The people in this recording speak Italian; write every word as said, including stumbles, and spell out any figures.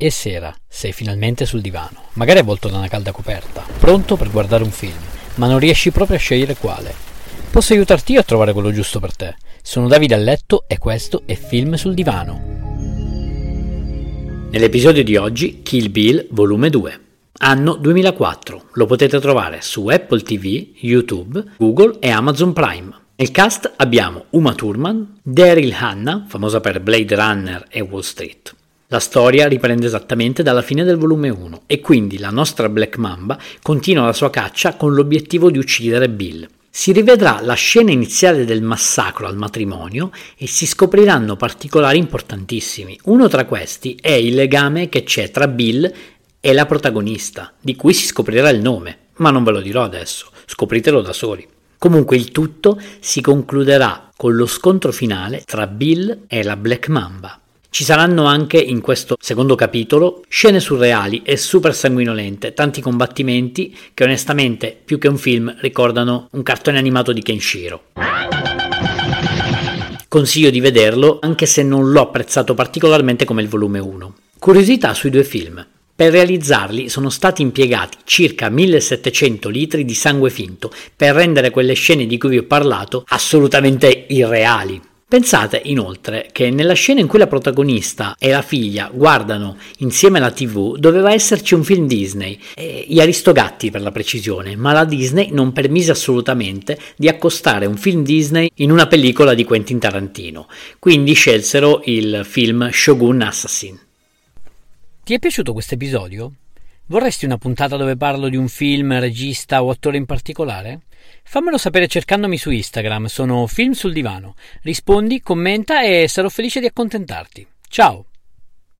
È sera, sei finalmente sul divano, magari avvolto da una calda coperta, pronto per guardare un film, ma non riesci proprio a scegliere quale. Posso aiutarti io a trovare quello giusto per te. Sono Davide a letto e questo è Film sul divano. Nell'episodio di oggi, Kill Bill volume due. Anno duemilaquattro. Lo potete trovare su Apple ti vu, YouTube, Google e Amazon Prime. Nel cast abbiamo Uma Thurman, Daryl Hannah, famosa per Blade Runner e Wall Street. La storia riprende esattamente dalla fine del volume uno e quindi la nostra Black Mamba continua la sua caccia con l'obiettivo di uccidere Bill. Si rivedrà la scena iniziale del massacro al matrimonio e si scopriranno particolari importantissimi. Uno tra questi è il legame che c'è tra Bill e la protagonista, di cui si scoprirà il nome, ma non ve lo dirò adesso, scopritelo da soli. Comunque il tutto si concluderà con lo scontro finale tra Bill e la Black Mamba. Ci saranno anche in questo secondo capitolo scene surreali e super sanguinolente, tanti combattimenti che onestamente più che un film ricordano un cartone animato di Kenshiro. Consiglio di vederlo anche se non l'ho apprezzato particolarmente come il volume uno. Curiosità sui due film. Per realizzarli sono stati impiegati circa millesettecento litri di sangue finto per rendere quelle scene di cui vi ho parlato assolutamente irreali. Pensate inoltre che nella scena in cui la protagonista e la figlia guardano insieme la tivù doveva esserci un film Disney, eh, gli Aristogatti per la precisione, ma la Disney non permise assolutamente di accostare un film Disney in una pellicola di Quentin Tarantino, quindi scelsero il film Shogun Assassin. Ti è piaciuto questo episodio? Vorresti una puntata dove parlo di un film, regista o attore in particolare? Fammelo sapere cercandomi su Instagram, sono Film sul divano. Rispondi, commenta e sarò felice di accontentarti. Ciao!